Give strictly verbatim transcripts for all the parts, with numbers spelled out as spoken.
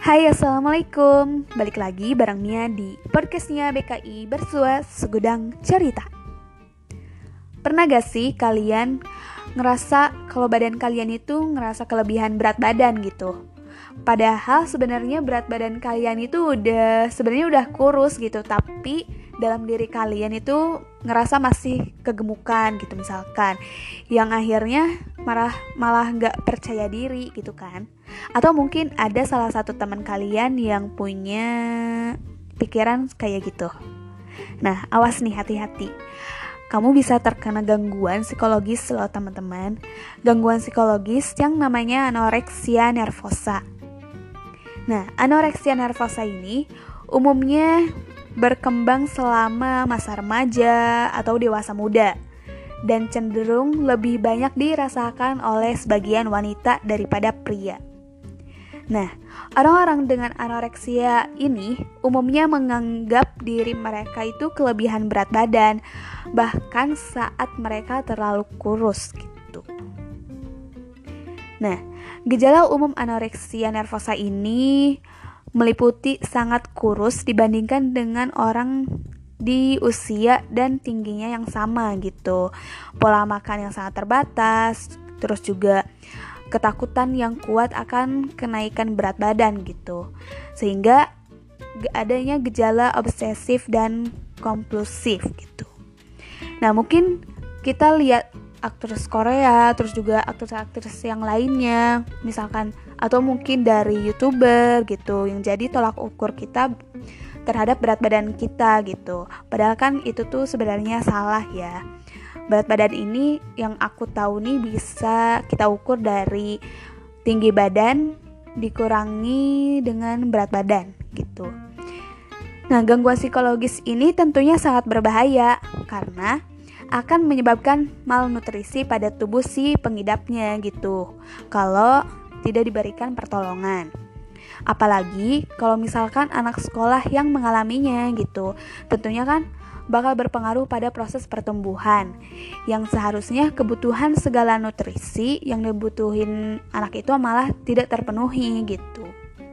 Hai, Assalamualaikum. Balik lagi bareng Mia di podcastnya B K I Bersua Segudang Cerita. Pernah gak sih kalian ngerasa kalau badan kalian itu ngerasa kelebihan berat badan gitu? Padahal sebenarnya berat badan kalian itu udah sebenarnya udah kurus gitu, tapi dalam diri kalian itu ngerasa masih kegemukan gitu misalkan, yang akhirnya malah malah nggak percaya diri gitu kan? Atau mungkin ada salah satu teman kalian yang punya pikiran kayak gitu. Nah, awas nih, hati-hati. Kamu bisa terkena gangguan psikologis loh teman-teman. Gangguan psikologis yang namanya anoreksia nervosa. Nah, anoreksia nervosa ini umumnya berkembang selama masa remaja atau dewasa muda dan cenderung lebih banyak dirasakan oleh sebagian wanita daripada pria. Nah, orang-orang dengan anoreksia ini umumnya menganggap diri mereka itu kelebihan berat badan, bahkan saat mereka terlalu kurus gitu. Nah, gejala umum anoreksia nervosa ini meliputi sangat kurus dibandingkan dengan orang di usia dan tingginya yang sama gitu. Pola makan yang sangat terbatas, terus juga ketakutan yang kuat akan kenaikan berat badan gitu. Sehingga adanya gejala obsesif dan kompulsif gitu. Nah, mungkin kita lihat aktris Korea, terus juga aktris-aktris yang lainnya, misalkan, atau mungkin dari YouTuber gitu, yang jadi tolak ukur kita terhadap berat badan kita gitu. Padahal kan itu tuh sebenarnya salah ya. Berat badan ini yang aku tahu nih bisa kita ukur dari tinggi badan dikurangi dengan berat badan gitu. Nah, gangguan psikologis ini tentunya sangat berbahaya karena akan menyebabkan malnutrisi pada tubuh si pengidapnya gitu, kalau tidak diberikan pertolongan. Apalagi kalau misalkan anak sekolah yang mengalaminya gitu, tentunya kan bakal berpengaruh pada proses pertumbuhan, yang seharusnya kebutuhan segala nutrisi yang dibutuhin anak itu malah tidak terpenuhi gitu.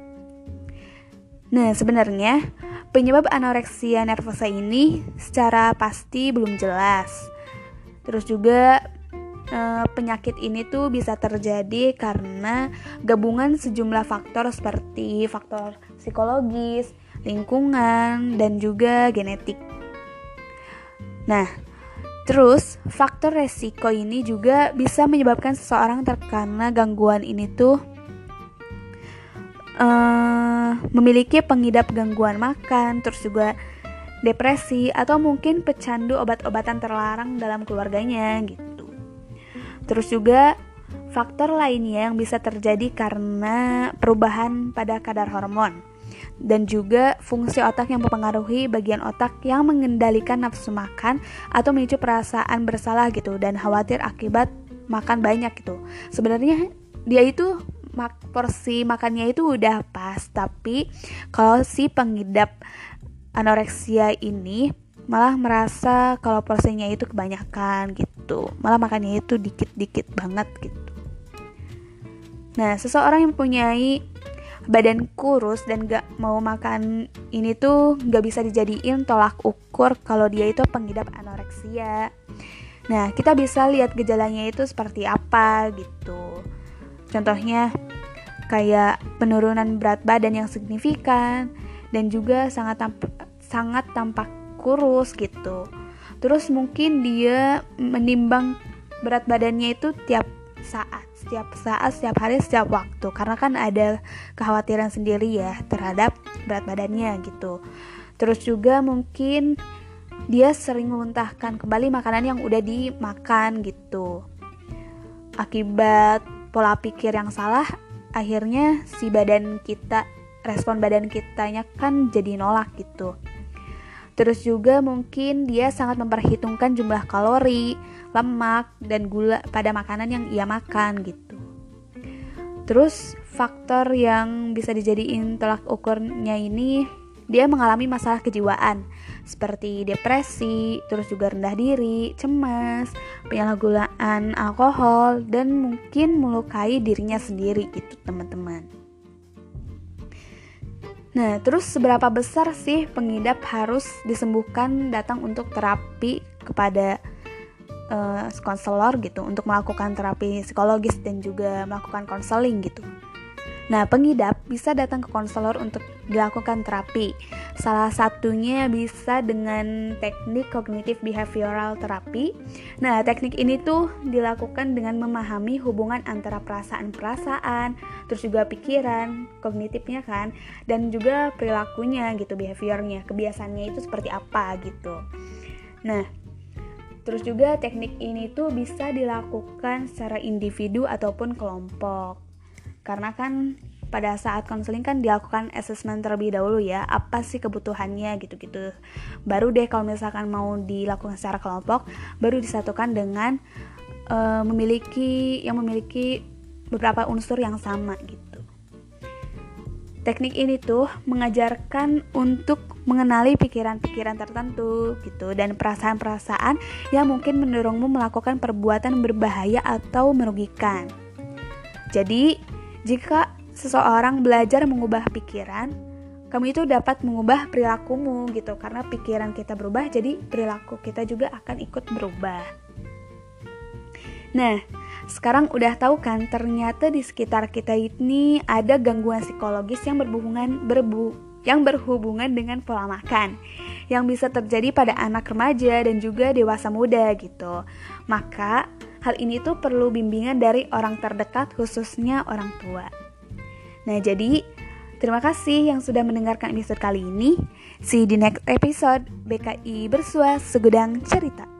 Nah, sebenarnya penyebab anoreksia nervosa ini secara pasti belum jelas. Terus juga e, penyakit ini tuh bisa terjadi karena gabungan sejumlah faktor seperti faktor psikologis, lingkungan, dan juga genetik. Nah, terus faktor resiko ini juga bisa menyebabkan seseorang terkena gangguan ini tuh Uh, memiliki pengidap gangguan makan, terus juga depresi, atau mungkin pecandu obat-obatan terlarang dalam keluarganya gitu. Terus juga faktor lainnya yang bisa terjadi karena perubahan pada kadar hormon dan juga fungsi otak yang mempengaruhi bagian otak yang mengendalikan nafsu makan atau memicu perasaan bersalah gitu dan khawatir akibat makan banyak gitu. Sebenarnya dia itu mak- porsi makannya itu udah pas, tapi kalau si pengidap anoreksia ini malah merasa kalau porsinya itu kebanyakan gitu, malah makannya itu dikit-dikit banget gitu. Nah, seseorang yang mempunyai badan kurus dan gak mau makan ini tuh gak bisa dijadiin tolak ukur kalau dia itu pengidap anoreksia. Nah, kita bisa lihat gejalanya itu seperti apa gitu. Contohnya kayak penurunan berat badan yang signifikan dan juga sangat tamp- sangat tampak kurus gitu. Terus mungkin dia menimbang berat badannya itu tiap saat, setiap saat, setiap hari, setiap waktu, karena kan ada kekhawatiran sendiri ya terhadap berat badannya gitu. Terus juga mungkin dia sering memuntahkan kembali makanan yang udah dimakan gitu. Akibat pola pikir yang salah, akhirnya si badan kita, respon badan kitanya kan jadi nolak gitu. Terus juga mungkin dia sangat memperhitungkan jumlah kalori, lemak, dan gula pada makanan yang ia makan gitu. Terus faktor yang bisa dijadiin tolak ukurnya ini, dia mengalami masalah kejiwaan seperti depresi, terus juga rendah diri, cemas, penyalahgunaan alkohol, dan mungkin melukai dirinya sendiri gitu teman-teman. Nah, terus seberapa besar sih pengidap harus disembuhkan datang untuk terapi kepada uh, konselor gitu, untuk melakukan terapi psikologis dan juga melakukan konseling gitu. Nah, pengidap bisa datang ke konselor untuk dilakukan terapi. Salah satunya bisa dengan teknik kognitif behavioral therapy. Nah, teknik ini tuh dilakukan dengan memahami hubungan antara perasaan-perasaan, terus juga pikiran, kognitifnya kan, dan juga perilakunya gitu, behaviornya, kebiasaannya itu seperti apa gitu. Nah, terus juga teknik ini tuh bisa dilakukan secara individu ataupun kelompok. Karena kan pada saat konseling kan dilakukan assessment terlebih dahulu ya, apa sih kebutuhannya gitu-gitu. Baru deh kalau misalkan mau dilakukan secara kelompok, baru disatukan dengan uh, memiliki yang memiliki beberapa unsur yang sama gitu. Teknik ini tuh mengajarkan untuk mengenali pikiran-pikiran tertentu gitu dan perasaan-perasaan yang mungkin mendorongmu melakukan perbuatan berbahaya atau merugikan. Jadi jika seseorang belajar mengubah pikiran, kamu itu dapat mengubah perilakumu gitu. Karena pikiran kita berubah, jadi perilaku kita juga akan ikut berubah. Nah, sekarang udah tahu kan ternyata di sekitar kita ini ada gangguan psikologis yang berhubungan berbu yang berhubungan dengan pola makan yang bisa terjadi pada anak remaja dan juga dewasa muda gitu. Maka hal ini tuh perlu bimbingan dari orang terdekat, khususnya orang tua. Nah, jadi terima kasih yang sudah mendengarkan episode kali ini. See you di next episode B K I Bersua Segudang Cerita.